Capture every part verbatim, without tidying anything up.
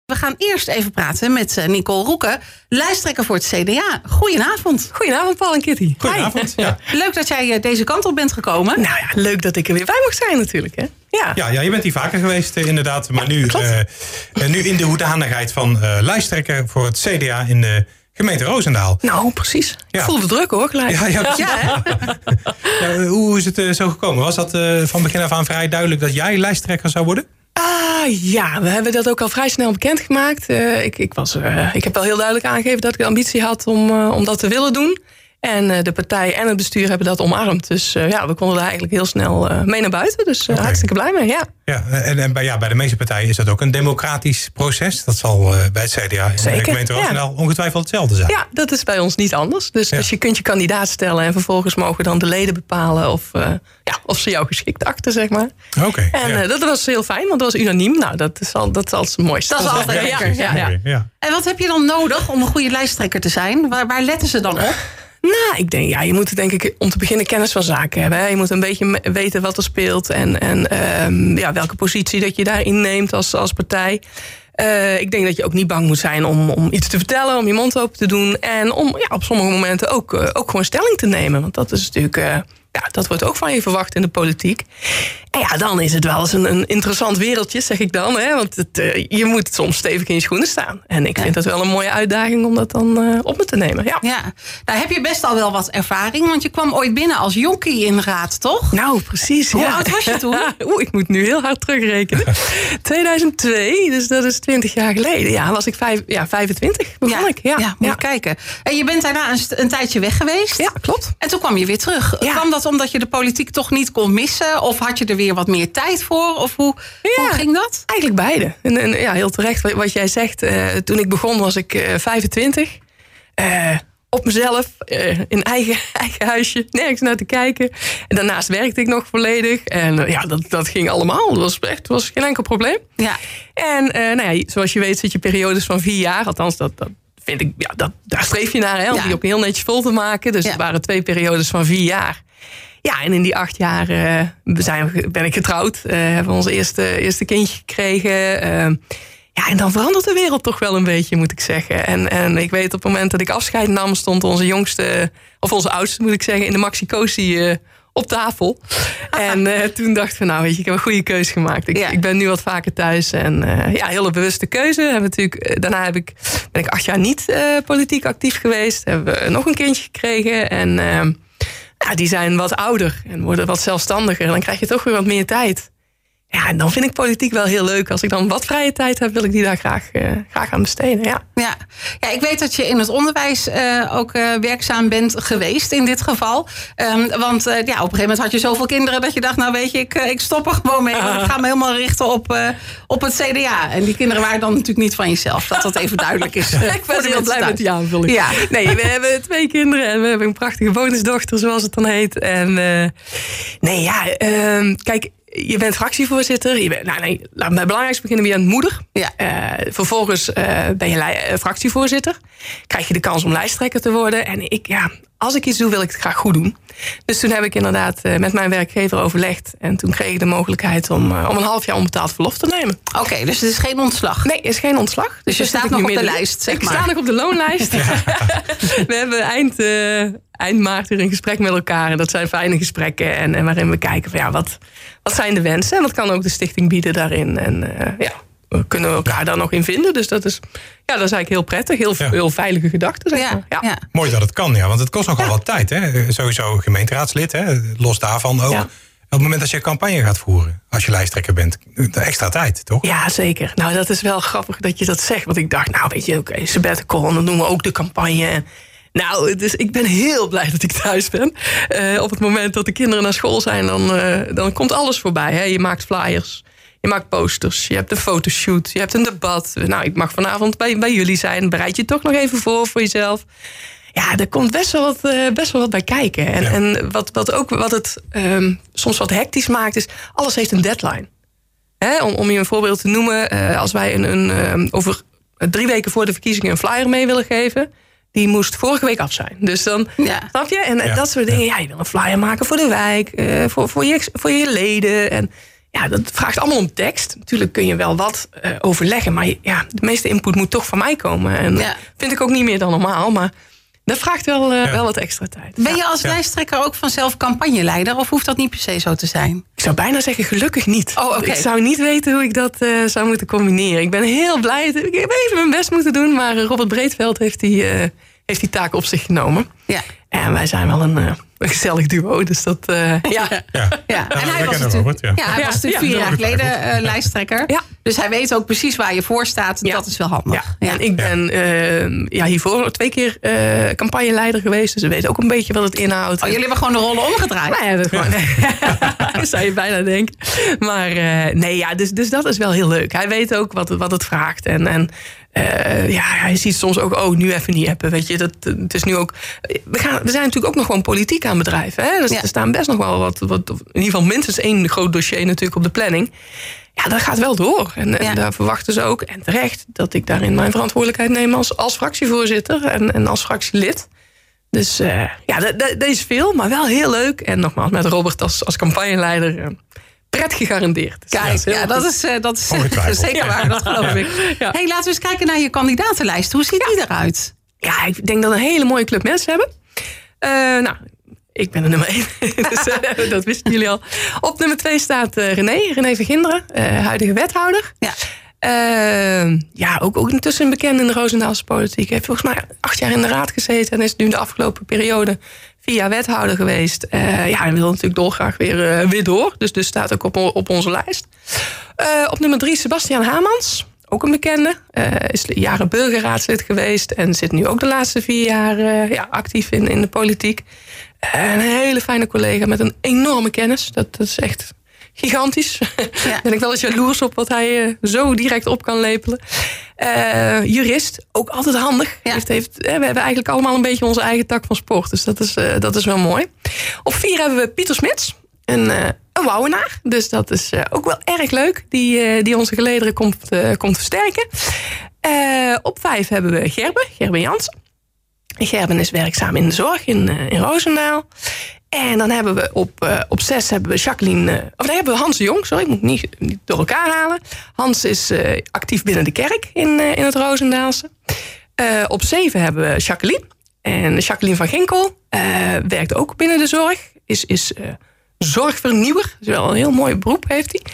We gaan eerst even praten met Nicole Roeken, lijsttrekker voor het C D A. Goedenavond. Goedenavond, Paul en Kitty. Goedenavond. Ja. Leuk dat jij deze kant op bent gekomen. Nou ja, leuk dat ik er weer bij mag zijn natuurlijk. Hè? Ja. Ja, ja, je bent hier vaker geweest uh, inderdaad. Maar nu, uh, uh, nu in de hoedanigheid van uh, lijsttrekker voor het C D A in de gemeente Roosendaal. Nou, precies. Ja. Ik voel de druk hoor, gelijk. Ja, ja, ja, ja, hoe is het uh, zo gekomen? Was dat uh, van begin af aan vrij duidelijk dat jij lijsttrekker zou worden? Ah, ja, we hebben dat ook al vrij snel bekendgemaakt. Uh, ik, ik, was, uh, ik heb wel heel duidelijk aangegeven dat ik de ambitie had om, uh, om dat te willen doen. En uh, de partij en het bestuur hebben dat omarmd. Dus uh, ja, we konden er eigenlijk heel snel uh, mee naar buiten. Dus uh, okay. hartstikke blij mee, ja. Ja, en, en bij, ja, bij de meeste partijen is dat ook een democratisch proces. Dat zal uh, bij het C D A in Zeker, de gemeente Roosendaal ja. ongetwijfeld hetzelfde zijn. Ja, dat is bij ons niet anders. Dus, ja. dus je kunt je kandidaat stellen en vervolgens mogen dan de leden bepalen of, uh, ja, of ze jou geschikt achten, zeg maar. Oké. Okay, en ja. uh, dat was heel fijn, want dat was unaniem. Nou, dat is al, dat is al het mooiste. Dat is altijd ja, lekker. Ja, ja, ja. Ja. En wat heb je dan nodig om een goede lijsttrekker te zijn? Waar, waar letten ze dan op? Nou, ik denk, ja, je moet denk ik om te beginnen kennis van zaken hebben. Hè. Je moet een beetje weten wat er speelt en, en um, ja, welke positie dat je daarin neemt als, als partij. Uh, ik denk dat je ook niet bang moet zijn om, om iets te vertellen, om je mond open te doen. En om ja, op sommige momenten ook, uh, ook gewoon stelling te nemen. Want dat is natuurlijk, uh, ja, dat wordt ook van je verwacht in de politiek. En ja, dan is het wel eens een, een interessant wereldje, zeg ik dan. Hè? Want het, uh, je moet soms stevig in je schoenen staan. En ik vind ja. dat wel een mooie uitdaging om dat dan uh, op me te nemen. Ja. Ja, nou heb je best al wel wat ervaring. Want je kwam ooit binnen als jonkie in de raad, toch? Nou, precies. Hoe ja. oud was je toen? Oeh, ik moet nu heel hard terugrekenen. tweeduizend twee, dus dat is twintig jaar geleden. Ja, was ik vijf, ja, vijfentwintig begon ja, ik. Ja, ja moet ja. kijken. En je bent daarna een, een tijdje weg geweest. Ja, klopt. En toen kwam je weer terug. Ja. Kwam dat omdat je de politiek toch niet kon missen? Of had je er weer wat meer tijd voor? Of hoe, ja, hoe ging dat? Eigenlijk beide. En, en ja, heel terecht wat, wat jij zegt. Uh, toen ik begon was ik uh, vijfentwintig. Uh, op mezelf, uh, in eigen, eigen huisje, nergens naar te kijken. En daarnaast werkte ik nog volledig. En uh, ja, dat, dat ging allemaal. Dat was echt, was geen enkel probleem. Ja. En uh, nou ja, zoals je weet zit je periodes van vier jaar. Althans, dat, dat vind ik, ja, dat, daar streef je naar, hè, om ja. die ook heel netjes vol te maken. Dus ja. het waren twee periodes van vier jaar. Ja, en in die acht jaar uh, zijn, ben ik getrouwd. Uh, hebben we ons eerste, eerste kindje gekregen. Uh, ja, en dan verandert de wereld toch wel een beetje, moet ik zeggen. En, en ik weet op het moment dat ik afscheid nam, stond onze jongste, of onze oudste moet ik zeggen, in de Maxi-Cosi uh, op tafel. En uh, toen dachten we, nou weet je, ik heb een goede keuze gemaakt. Ik, ja. ik ben nu wat vaker thuis. En uh, ja, hele bewuste keuze. Hebben natuurlijk, daarna heb ik, ben ik acht jaar niet uh, politiek actief geweest. Hebben we nog een kindje gekregen. En uh, ja, die zijn wat ouder en worden wat zelfstandiger. En dan krijg je toch weer wat meer tijd. Ja, en dan vind ik politiek wel heel leuk. Als ik dan wat vrije tijd heb, wil ik die daar graag, uh, graag aan besteden. Ja. Ja. ja, ik weet dat je in het onderwijs uh, ook uh, werkzaam bent geweest in dit geval. Um, want uh, ja, op een gegeven moment had je zoveel kinderen dat je dacht, nou weet je, ik, ik stop er gewoon mee. Want ik ga me helemaal richten op, uh, op het C D A. En die kinderen waren dan natuurlijk niet van jezelf. Dat dat even duidelijk is. Uh, ik ben heel blij met die aanvulling. Ja. Nee, we hebben twee kinderen en we hebben een prachtige bonusdochter, zoals het dan heet. En uh, nee, ja, uh, kijk. Je bent fractievoorzitter. Je bent, nou nee, laat me bij het belangrijkste beginnen. Je bent moeder. Ja. Uh, vervolgens uh, ben je lij, uh, fractievoorzitter. Krijg je de kans om lijsttrekker te worden. En ik, ja, als ik iets doe, wil ik het graag goed doen. Dus toen heb ik inderdaad uh, met mijn werkgever overlegd. En toen kreeg ik de mogelijkheid om, uh, om een half jaar onbetaald verlof te nemen. Oké, okay, dus het is geen ontslag? Nee, het is geen ontslag. Dus, dus je staat nog op de lijst, zeg ik maar. Ik sta nog op de loonlijst. Ja. We hebben eind, uh, eind maart weer een gesprek met elkaar. En dat zijn fijne gesprekken. En, en waarin we kijken van ja, wat, wat zijn de wensen? En wat kan ook de stichting bieden daarin? En uh, ja, we kunnen elkaar daar nog in vinden. Dus dat is, ja, dat is eigenlijk heel prettig. Heel, ja. heel veilige gedachten, zeg maar. Ja, ja. ja. Mooi dat het kan, ja. Want het kost nogal ja. wat tijd, hè. Sowieso gemeenteraadslid, hè. Los daarvan ook. Ja. Op het moment dat je campagne gaat voeren, als je lijsttrekker bent, extra tijd, toch? Ja, zeker. Nou, dat is wel grappig dat je dat zegt. Want ik dacht, nou, weet je, oké, okay, sabbatical, en dan doen we ook de campagne. En nou, dus ik ben heel blij dat ik thuis ben. Uh, op het moment dat de kinderen naar school zijn, dan, uh, dan komt alles voorbij. Hè? Je maakt flyers, je maakt posters, je hebt een fotoshoot, je hebt een debat. Nou, ik mag vanavond bij, bij jullie zijn. Bereid je toch nog even voor voor jezelf. Ja, er komt best wel wat, uh, best wel wat bij kijken. En, ja. en wat, wat ook wat het um, soms wat hectisch maakt, is alles heeft een deadline. Hè? Om, om je een voorbeeld te noemen, uh, als wij een, een, um, over drie weken voor de verkiezingen een flyer mee willen geven, die moest vorige week af zijn. Dus dan, ja. snap je? En ja. dat soort dingen. Ja, je wil een flyer maken voor de wijk, uh, voor, voor, je, voor je leden. En ja, dat vraagt allemaal om tekst. Natuurlijk kun je wel wat uh, overleggen. Maar ja, de meeste input moet toch van mij komen. En ja. vind ik ook niet meer dan normaal. Maar dat vraagt wel, uh, ja. wel wat extra tijd. Ben je als ja. lijsttrekker ook vanzelf campagneleider? Of hoeft dat niet per se zo te zijn? Ik zou bijna zeggen gelukkig niet. Oh, okay. Ik zou niet weten hoe ik dat uh, zou moeten combineren. Ik ben heel blij. Ik heb even mijn best moeten doen. Maar Robert Breedveld heeft die, uh, heeft die taak op zich genomen. Ja. En wij zijn wel een... Uh, Een gezellig duo, dus dat... Uh, ja. Ja. Ja. ja. En hij was natuurlijk, Robert, ja. Ja, hij was natuurlijk vier ja. jaar geleden uh, lijsttrekker. Ja. Dus hij weet ook precies waar je voor staat. Ja. Dat is wel handig. Ja. Ja. En ik ben uh, ja, hiervoor twee keer uh, campagneleider geweest. Dus we weten ook een beetje wat het inhoudt. Oh, jullie hebben gewoon de rollen omgedraaid? Nou ja, dat, gewoon, ja. dat zou je bijna denken. Maar uh, nee, ja, dus, dus dat is wel heel leuk. Hij weet ook wat, wat het vraagt. En... en Uh, ja, je ziet soms ook, oh, nu even niet appen. Weet je, dat, het is nu ook. We, gaan, we zijn natuurlijk ook nog gewoon politiek aan bedrijven. Hè? Dus ja. er staan best nog wel wat, wat. In ieder geval minstens één groot dossier natuurlijk op de planning. Ja, dat gaat wel door. En, ja. en daar verwachten ze ook, en terecht, dat ik daarin mijn verantwoordelijkheid neem als, als fractievoorzitter en, en als fractielid. Dus uh, ja, dat, dat, dat is veel, maar wel heel leuk. En nogmaals, met Robert als, als campagneleider. Uh, Pret gegarandeerd. Dus Kijk, ja, dat is, uh, dat is zeker waar, dat geloof ik. Ja. Hey, laten we eens kijken naar je kandidatenlijst. Hoe ziet ja. die eruit? Ja, ik denk dat we een hele mooie club mensen hebben. Uh, nou, ik ben de nummer één. dus, uh, dat wisten jullie al. Op nummer twee staat uh, René, René Verginderen, uh, huidige wethouder. Ja. Uh, ja, ook, ook intussen bekend in de Roosendaalse politiek. Hij heeft volgens mij acht jaar in de raad gezeten en is nu de afgelopen periode vier jaar wethouder geweest. Uh, ja, en wil natuurlijk dolgraag weer, uh, weer door. Dus, dus staat ook op, op onze lijst. Uh, op nummer drie Sebastiaan Hamans. Ook een bekende. Uh, is jaren burgerraadslid geweest. En zit nu ook de laatste vier jaar uh, ja, actief in, in de politiek. Uh, een hele fijne collega met een enorme kennis. Dat, dat is echt gigantisch. Ja. Ben ik wel eens jaloers op wat hij uh, zo direct op kan lepelen. Uh, jurist, ook altijd handig. Ja. Heeft, heeft, we hebben eigenlijk allemaal een beetje onze eigen tak van sport. Dus dat is, uh, dat is wel mooi. Op vier hebben we Pieter Smits. Een, uh, een Wouwenaar. Dus dat is uh, ook wel erg leuk. Die, uh, die onze gelederen komt, uh, komt versterken. Uh, op vijf hebben we Gerben. Gerben Jansen. Gerben is werkzaam in de zorg in, uh, in Roosendaal. En dan hebben we op, uh, op zes hebben we Jacqueline... Uh, of dan hebben we Hans de Jong, sorry, ik moet niet, niet door elkaar halen. Hans is uh, actief binnen de kerk in, uh, in het Roosendaalse. Uh, op zeven hebben we Jacqueline. En Jacqueline van Ginkel uh, werkt ook binnen de zorg. Is, is uh, zorgvernieuwer. Dus wel een heel mooi beroep heeft hij.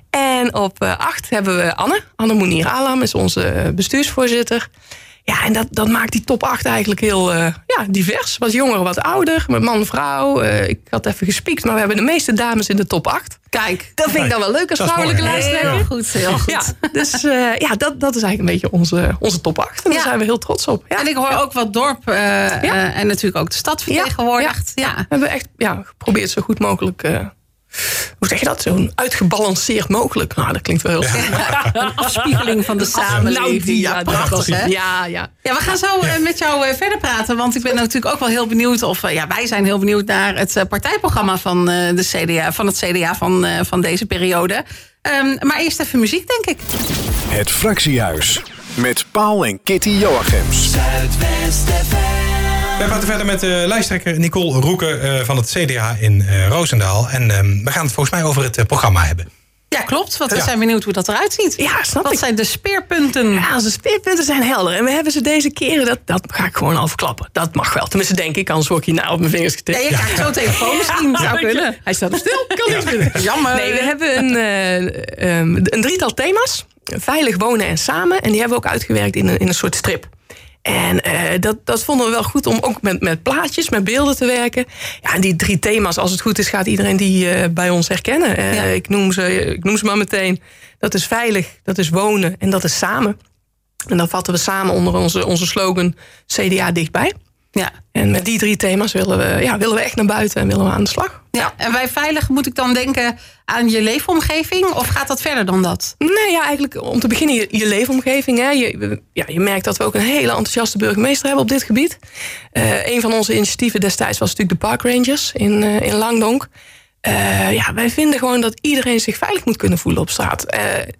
En op uh, acht hebben we Anne. Anne Moenier Alam is onze bestuursvoorzitter. Ja, en dat, dat maakt die top acht eigenlijk heel uh, ja, divers. Wat jonger, wat ouder, met man, vrouw. Uh, ik had even gespiekt, maar we hebben de meeste dames in de top acht. Kijk, dat vind ik dan wel leuk als vrouwelijke lijsttrekker. Heel goed, heel goed. Ja, dus uh, ja, dat, dat is eigenlijk een beetje onze, onze top acht. En daar ja. zijn we heel trots op. Ja. En ik hoor ja. ook wat dorp uh, ja. uh, en natuurlijk ook de stad vertegenwoordigd. Ja, ja. ja. We hebben echt ja, geprobeerd zo goed mogelijk... Uh, hoe zeg je dat? Zo'n uitgebalanceerd mogelijk. Nou, dat klinkt wel heel goed. Ja. Een afspiegeling van de samenleving. Nou, die, ja, dat was het. Ja, ja. ja, we gaan zo uh, met jou uh, verder praten. Want ik ben natuurlijk ook wel heel benieuwd. Of uh, ja, wij zijn heel benieuwd naar het uh, partijprogramma van, uh, de C D A, van het C D A van, uh, van deze periode. Um, maar eerst even muziek, denk ik. Het Fractiehuis. Met Paul en Kitty Joachims. Zuidwest F M. We praten verder met de lijsttrekker Nicole Roeke uh, van het C D A in uh, Roosendaal. En um, we gaan het volgens mij over het uh, programma hebben. Ja, klopt. Want we ja. zijn benieuwd hoe dat eruit ziet. Ja, snap Wat ik. zijn de speerpunten? Ja, de speerpunten zijn helder. En we hebben ze deze keren, dat, dat ga ik gewoon al verklappen. Dat mag wel. Tenminste, denk ik, anders word ik hierna op mijn vingers getikt. Ja, je krijgt zo telefoon misschien. Ja, zou kunnen. Hij staat op stil. Kan niet vinden. Jammer. Nee, we hebben een, uh, um, een drietal thema's. Veilig wonen en samen. En die hebben we ook uitgewerkt in een, in een soort strip. En uh, dat, dat vonden we wel goed om ook met, met plaatjes, met beelden te werken. Ja, en die drie thema's, als het goed is, gaat iedereen die uh, bij ons herkennen. Uh, ja. ik, noem ze, ik noem ze maar meteen. Dat is veilig, dat is wonen en dat is samen. En dat vatten we samen onder onze, onze slogan C D A dichtbij. Ja. En met die drie thema's willen we, ja, willen we echt naar buiten en willen we aan de slag. Ja, en bij veilig moet ik dan denken aan je leefomgeving? Of gaat dat verder dan dat? Nee, ja, eigenlijk om te beginnen je, je leefomgeving. Hè. Je, ja, je merkt dat we ook een hele enthousiaste burgemeester hebben op dit gebied. Uh, een van onze initiatieven destijds was natuurlijk de Park Rangers in, uh, in Langdonk. Uh, ja, wij vinden gewoon dat iedereen zich veilig moet kunnen voelen op straat. Uh,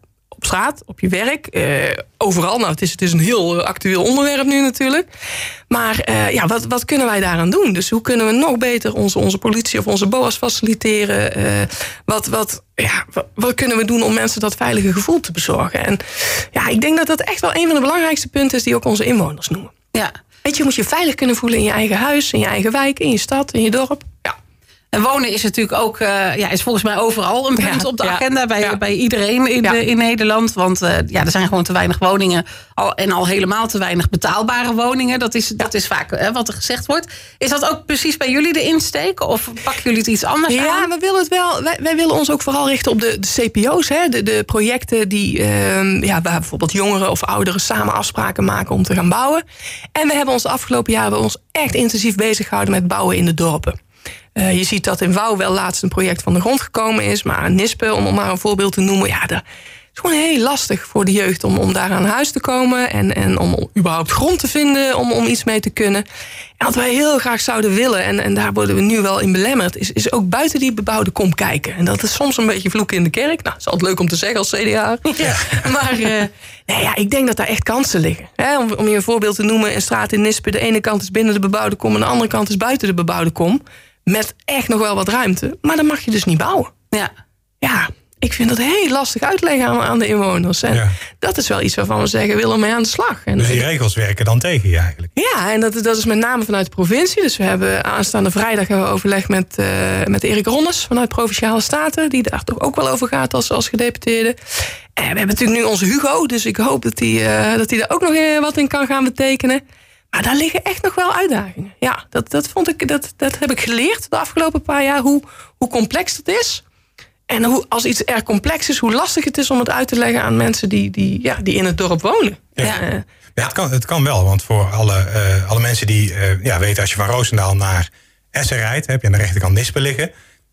op straat, op je werk, uh, overal. Nou, het is, het is een heel actueel onderwerp nu natuurlijk. Maar uh, ja, wat, wat kunnen wij daaraan doen? Dus hoe kunnen we nog beter onze, onze politie of onze B O A's faciliteren? Uh, wat, wat, ja, wat, wat kunnen we doen om mensen dat veilige gevoel te bezorgen? En ja, ik denk dat dat echt wel een van de belangrijkste punten is die ook onze inwoners noemen. Ja. Weet je, je moet je veilig kunnen voelen in je eigen huis, in je eigen wijk, in je stad, in je dorp. Ja. En wonen is natuurlijk ook, uh, ja, is volgens mij overal een punt ja, op de agenda ja, bij, ja. bij iedereen in, ja. de, in Nederland. Want uh, ja, er zijn gewoon te weinig woningen al, en al helemaal te weinig betaalbare woningen. Dat is, ja. dat is vaak hè, wat er gezegd wordt. Is dat ook precies bij jullie de insteek? Of pakken jullie het iets anders ja, aan? Ja, we willen het wel. Wij, wij willen ons ook vooral richten op de, de C P O's. Hè, de, de projecten die, uh, ja, waar bijvoorbeeld jongeren of ouderen samen afspraken maken om te gaan bouwen. En we hebben ons de afgelopen jaren ons echt intensief bezig gehouden met bouwen in de dorpen. Uh, je ziet dat in Wouw wel laatst een project van de grond gekomen is. Maar Nispen, om maar een voorbeeld te noemen. Ja, dat is gewoon heel lastig voor de jeugd om, om daar aan huis te komen. En, en om überhaupt grond te vinden om, om iets mee te kunnen. En wat wij heel graag zouden willen, en, en daar worden we nu wel in belemmerd, is, is ook buiten die bebouwde kom kijken. En dat is soms een beetje vloeken in de kerk. Nou, dat is altijd leuk om te zeggen als C D A. Ja. Maar uh, nee, ja, ik denk dat daar echt kansen liggen. Hè, om, om je een voorbeeld te noemen, een straat in Nispen. De ene kant is binnen de bebouwde kom en de andere kant is buiten de bebouwde kom. Met echt nog wel wat ruimte. Maar dan mag je dus niet bouwen. Ja. Ja, ik vind dat heel lastig uitleggen aan, aan de inwoners. En ja. dat is wel iets waarvan we zeggen, we willen mee aan de slag. En dus die regels werken dan tegen je eigenlijk? Ja, en dat, dat is met name vanuit de provincie. Dus we hebben aanstaande vrijdag hebben we overleg met, uh, met Erik Ronnes vanuit Provinciale Staten. Die daar toch ook wel over gaat als, als gedeputeerde. En we hebben natuurlijk nu onze Hugo. Dus ik hoop dat hij uh, dat hij daar ook nog wat in kan gaan betekenen. Maar daar liggen echt nog wel uitdagingen. Ja, dat, dat, vond ik, dat, dat heb ik geleerd de afgelopen paar jaar. Hoe, hoe complex dat is. En hoe, als iets erg complex is, hoe lastig het is om het uit te leggen aan mensen die, die, ja, die in het dorp wonen. Ja, ja. ja het, kan, het kan wel. Want voor alle, uh, alle mensen die uh, ja, weten, als je van Roosendaal naar Essen rijdt, heb je aan de rechterkant Nispen liggen.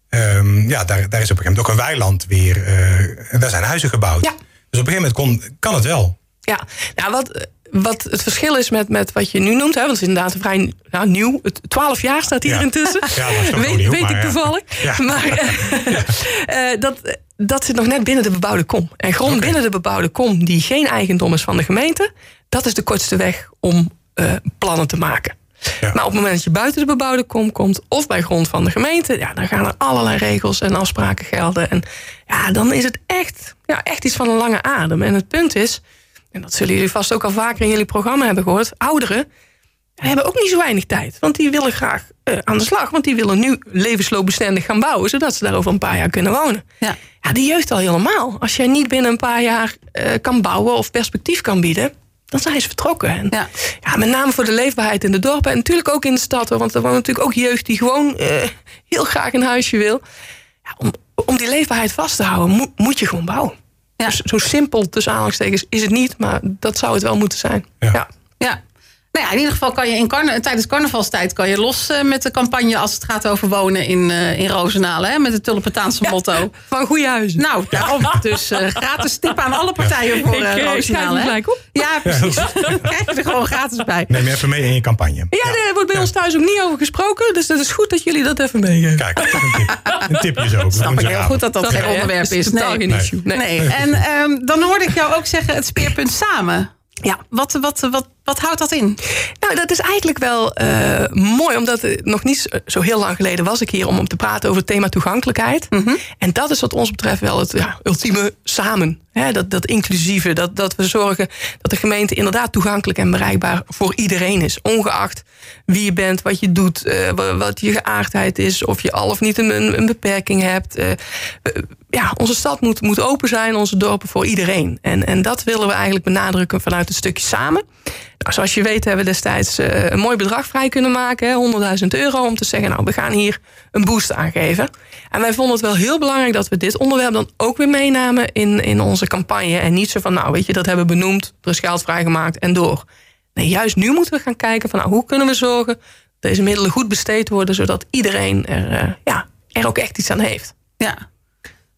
Um, ja, daar, daar is op een gegeven moment ook een weiland weer. Uh, daar zijn huizen gebouwd. Ja. Dus op een gegeven moment kon, kan het wel. Ja, nou wat... Wat het verschil is met, met wat je nu noemt, hè, want het is inderdaad een vrij nou, nieuw. twaalf jaar staat hier ja. intussen. Ja, dat is toch weet nieuw, weet maar, ik toevallig. Ja. Maar uh, ja. uh, dat, dat zit nog net binnen de bebouwde kom. En grond okay. binnen de bebouwde kom die geen eigendom is van de gemeente, dat is de kortste weg om uh, plannen te maken. Ja. Maar op het moment dat je buiten de bebouwde kom komt, of bij grond van de gemeente, ja, dan gaan er allerlei regels en afspraken gelden. En ja, dan is het echt, ja, echt iets van een lange adem. En het punt is, en dat zullen jullie vast ook al vaker in jullie programma hebben gehoord, ouderen hebben ook niet zo weinig tijd. Want die willen graag uh, aan de slag. Want die willen nu levensloopbestendig gaan bouwen, zodat ze daar over een paar jaar kunnen wonen. Ja, ja die jeugd al helemaal. Als jij niet binnen een paar jaar uh, kan bouwen of perspectief kan bieden, dan zijn ze vertrokken. En ja. Ja, met name voor de leefbaarheid in de dorpen en natuurlijk ook in de stad. Hoor, want er woont natuurlijk ook jeugd die gewoon uh, heel graag een huisje wil. Ja, om, om die leefbaarheid vast te houden, moet, moet je gewoon bouwen. Ja. Dus zo simpel tussen aanhalingstekens is het niet, maar dat zou het wel moeten zijn. Ja. Ja. Ja. Nou ja, in ieder geval kan je in carna- tijdens carnavalstijd kan je los uh, met de campagne als het gaat over wonen in, uh, in Roosendaal. Hè, met het Tulpentaanse ja, motto. Van goede huizen. Nou, daarom. Dus uh, gratis tip aan alle partijen ja. voor uh, Ik, Roosendaal. Hè? Gelijk op. Ja, precies. Krijg je er gewoon gratis bij. Neem je even mee in je campagne. Ja, ja. Er wordt bij ja. ons thuis ook niet over gesproken. Dus dat is goed dat jullie dat even meegeven. Kijk, een, tip. een tipje zo. Dat snap ik heel goed dat dat, dat geen ja, onderwerp is. is nee. Geen issue. Nee. nee. En um, dan hoorde ik jou ook zeggen het speerpunt samen. Ja, wat, wat, wat, wat houdt dat in? Nou, dat is eigenlijk wel uh, mooi, omdat het nog niet zo heel lang geleden was ik hier om te praten over het thema toegankelijkheid. Mm-hmm. En dat is wat ons betreft wel het ja, ultieme samen. Hè, dat, dat inclusieve, dat, dat we zorgen dat de gemeente inderdaad toegankelijk en bereikbaar voor iedereen is. Ongeacht wie je bent, wat je doet, uh, wat je geaardheid is, of je al of niet een, een beperking hebt. Uh, uh, ja, onze stad moet, moet open zijn, onze dorpen voor iedereen. En, en dat willen we eigenlijk benadrukken vanuit het stukje samen. Nou, zoals je weet hebben we destijds uh, een mooi bedrag vrij kunnen maken, honderdduizend euro, om te zeggen, nou, we gaan hier een boost aan geven. En wij vonden het wel heel belangrijk dat we dit onderwerp dan ook weer meenamen in, in onze campagne. En niet zo van, nou, weet je, dat hebben we benoemd, er is geld vrijgemaakt en door. Nee, juist nu moeten we gaan kijken van, nou, hoe kunnen we zorgen dat deze middelen goed besteed worden, zodat iedereen er, uh, ja, er ook echt iets aan heeft. Ja.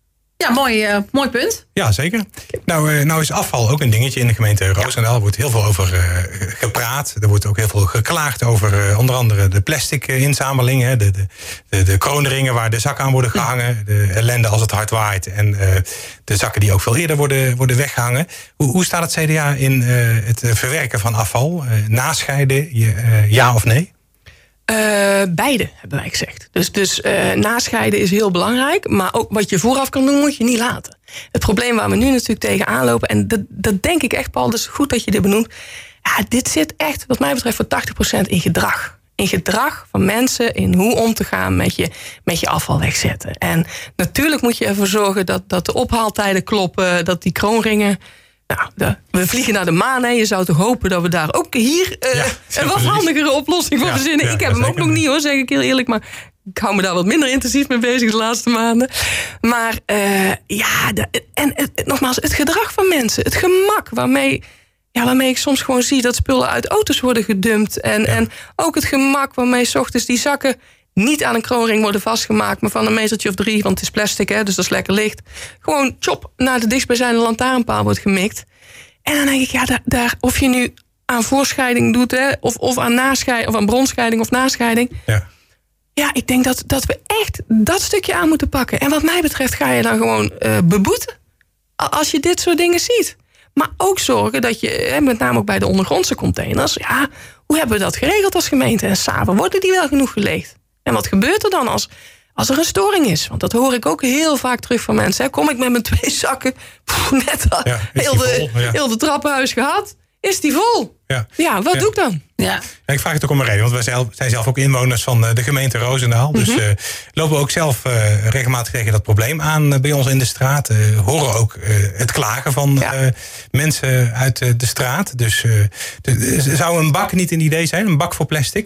Ja, mooi, uh, mooi punt. Ja, zeker. Nou, uh, nou is afval ook een dingetje in de gemeente Roosendaal. Er wordt heel veel over uh, gepraat. Er wordt ook heel veel geklaagd over uh, onder andere de plastic uh, inzameling. Hè, de, de, de, de kroonringen waar de zakken aan worden gehangen. De ellende als het hard waait. En uh, de zakken die ook veel eerder worden, worden weggehangen. Hoe, hoe staat het C D A in uh, het verwerken van afval? Uh, nascheiden, uh, ja of nee? Uh, beide, hebben wij gezegd. Dus, dus uh, nascheiden is heel belangrijk. Maar ook wat je vooraf kan doen, moet je niet laten. Het probleem waar we nu natuurlijk tegenaan lopen... en dat, dat denk ik echt, Paul, dus goed dat je dit benoemt. Ja, dit zit echt, wat mij betreft, voor tachtig procent in gedrag. In gedrag van mensen, in hoe om te gaan met je, met je afval wegzetten. En natuurlijk moet je ervoor zorgen dat, dat de ophaaltijden kloppen... dat die kroonringen... Nou, de, we vliegen naar de maan. Hè. Je zou toch hopen dat we daar ook hier uh, ja, een wat handigere oplossing voor ja, verzinnen. Ja, ik heb hem ook nog niet, hoor, zeg ik heel eerlijk. Maar ik hou me daar wat minder intensief mee bezig de laatste maanden. Maar uh, ja, de, en het, nogmaals, het gedrag van mensen. Het gemak waarmee, ja, waarmee ik soms gewoon zie dat spullen uit auto's worden gedumpt. En, ja. en ook het gemak waarmee 's ochtends die zakken niet aan een kroonring worden vastgemaakt, maar van een metertje of drie, want het is plastic, hè, dus dat is lekker licht. Gewoon chop naar de dichtstbijzijnde lantaarnpaal wordt gemikt. En dan denk ik, ja, daar, daar, of je nu aan voorscheiding doet, hè, of, of aan nascheiding, of aan bronscheiding of nascheiding. Ja, ja ik denk dat, dat we echt dat stukje aan moeten pakken. En wat mij betreft ga je dan gewoon uh, beboeten als je dit soort dingen ziet. Maar ook zorgen dat je, met name ook bij de ondergrondse containers, ja, hoe hebben we dat geregeld als gemeente? En s'avonds worden die wel genoeg geleegd? En wat gebeurt er dan als, als er een storing is? Want dat hoor ik ook heel vaak terug van mensen. Hè. Kom ik met mijn twee zakken, pff, net al, ja, heel, de, ja. heel de trappenhuis gehad, is die vol? Ja, ja wat ja. doe ik dan? Ja. Ja, ik vraag het ook om een reden, want wij zelf, zijn zelf ook inwoners van de gemeente Roosendaal. Mm-hmm. Dus uh, lopen we ook zelf uh, regelmatig tegen dat probleem aan uh, bij ons in de straat. Uh, horen ook uh, het klagen van ja. uh, mensen uit uh, de straat. Dus uh, de, zou een bak niet een idee zijn? Een bak voor plastic?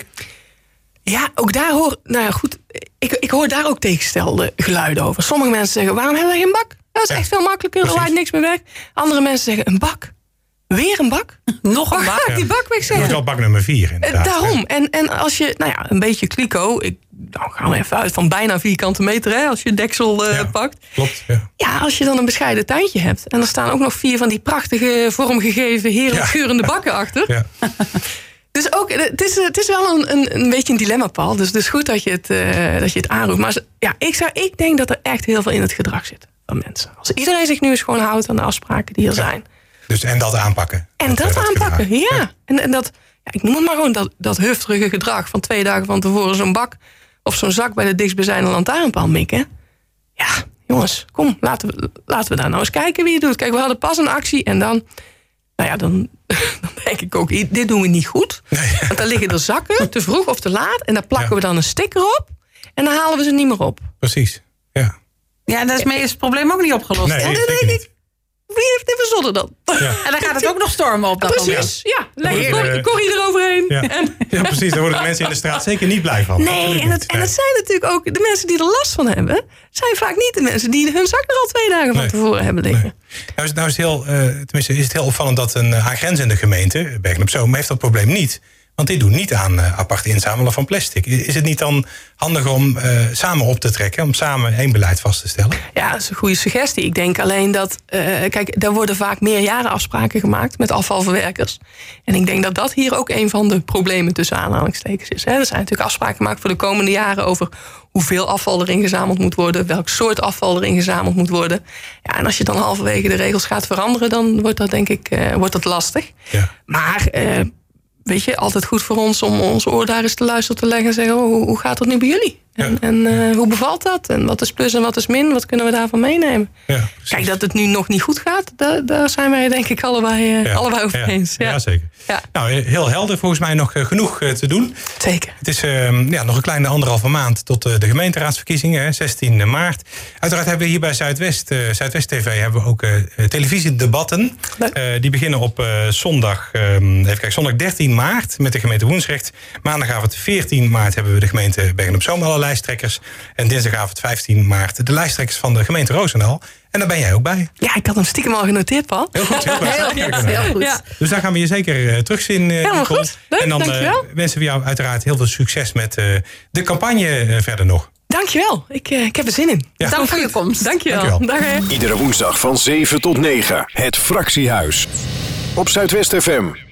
Ja, ook daar hoor, nou ja, goed, ik, ik hoor daar ook tegenstelde geluiden over. Sommige mensen zeggen, waarom hebben wij geen bak? Dat is ja, echt veel makkelijker, er waait niks meer weg. Andere mensen zeggen, een bak? Weer een bak? Nog een bak? Ja. Die bak wegzetten. Dat is wel bak nummer vier inderdaad. Daarom. En, en als je, nou ja, een beetje kliko, ik, nou gaan we even uit van bijna vierkante meter, hè, als je deksel uh, ja, pakt. Klopt, ja. Ja, als je dan een bescheiden tuintje hebt en er staan ook nog vier van die prachtige, vormgegeven, heerlijk ja. geurende bakken achter. Ja. Dus ook, het is, het is wel een, een, een beetje een dilemma, Paul. Dus het is goed dat je het, uh, dat je het aanroept. Maar ja, ik, zou, ik denk dat er echt heel veel in het gedrag zit van mensen. Als iedereen zich nu eens gewoon houdt aan de afspraken die er ja. zijn. Dus en dat aanpakken. En dat, dat aanpakken, dat ja. ja. En, en dat, ja, ik noem het maar gewoon dat, dat hufterige gedrag van twee dagen van tevoren zo'n bak of zo'n zak bij de dichtstbijzijnde lantaarnpaal mikken. Ja, jongens, kom, laten we, laten we daar nou eens kijken wie het doet. Kijk, we hadden pas een actie en dan... Nou ja, dan, dan denk ik ook, dit doen we niet goed. Nee. Want dan liggen er zakken, te vroeg of te laat. En daar plakken ja. we dan een sticker op. En dan halen we ze niet meer op. Precies, ja. Ja, en daarmee is het probleem ook niet opgelost. Nee, en dan denk ik, wie heeft dit verzonnen dan? Ja. En dan gaat het ook nog stormen op dat Precies, ja. ja. Leg je Corrie eroverheen. Ja. En, ja, precies. Daar worden de mensen in de straat zeker niet blij van. Nee, en het, en het zijn natuurlijk ook de mensen die er last van hebben. Zijn vaak niet de mensen die hun zak er al twee dagen van nee. tevoren hebben liggen. Nee. Nou is, nou is, het heel, uh, tenminste is het heel opvallend dat een aangrenzende gemeente, Bergen-op-Zoom, heeft dat probleem niet. Want die doen niet aan uh, apart inzamelen van plastic. Is het niet dan handig om uh, samen op te trekken, om samen één beleid vast te stellen? Ja, dat is een goede suggestie. Ik denk alleen dat, uh, kijk, daar worden vaak meerjarenafspraken gemaakt met afvalverwerkers. En ik denk dat dat hier ook een van de problemen tussen aanhalingstekens is. Hè. Er zijn natuurlijk afspraken gemaakt voor de komende jaren over hoeveel afval er ingezameld moet worden, welk soort afval er ingezameld moet worden. Ja, en als je dan halverwege de regels gaat veranderen, dan wordt dat denk ik uh, wordt dat lastig. Ja. Maar uh, weet je, altijd goed voor ons om ons oor daar eens te luisteren te leggen en zeggen, oh, hoe, hoe gaat het nu bij jullie? En, ja. en uh, hoe bevalt dat? En wat is plus en wat is min? Wat kunnen we daarvan meenemen? Ja, kijk, dat het nu nog niet goed gaat, daar, daar zijn wij denk ik allebei, uh, ja. allebei over ja. eens. Ja, ja zeker. Ja. Nou, heel helder, volgens mij nog genoeg te doen. Zeker. Het is uh, ja, nog een kleine anderhalve maand tot uh, de gemeenteraadsverkiezingen, hè, zestien maart. Uiteraard hebben we hier bij Zuidwest, uh, Zuidwest T V, hebben we ook uh, televisiedebatten. Uh, die beginnen op uh, zondag, uh, even kijken, zondag dertien maart met de gemeente Woensrecht. Maandagavond veertien maart hebben we de gemeente Bergen-op-Zoom alle lijsttrekkers. En dinsdagavond vijftien maart de lijsttrekkers van de gemeente Roosendaal. En daar ben jij ook bij. Ja, ik had hem stiekem al genoteerd, Paul. Heel goed, heel goed. Heel, ja, heel goed. Ja. Dus daar gaan we je zeker uh, terugzien. Uh, Helemaal goed. Leuk, en dan uh, wensen we jou uiteraard heel veel succes met uh, de campagne uh, verder nog. Dankjewel. Ik, uh, ik heb er zin in. Ja. Dank voor je komst. Dankjewel. Dankjewel. Dag, hè. Iedere woensdag van zeven tot negen. Het Fractiehuis. Op Zuidwest F M.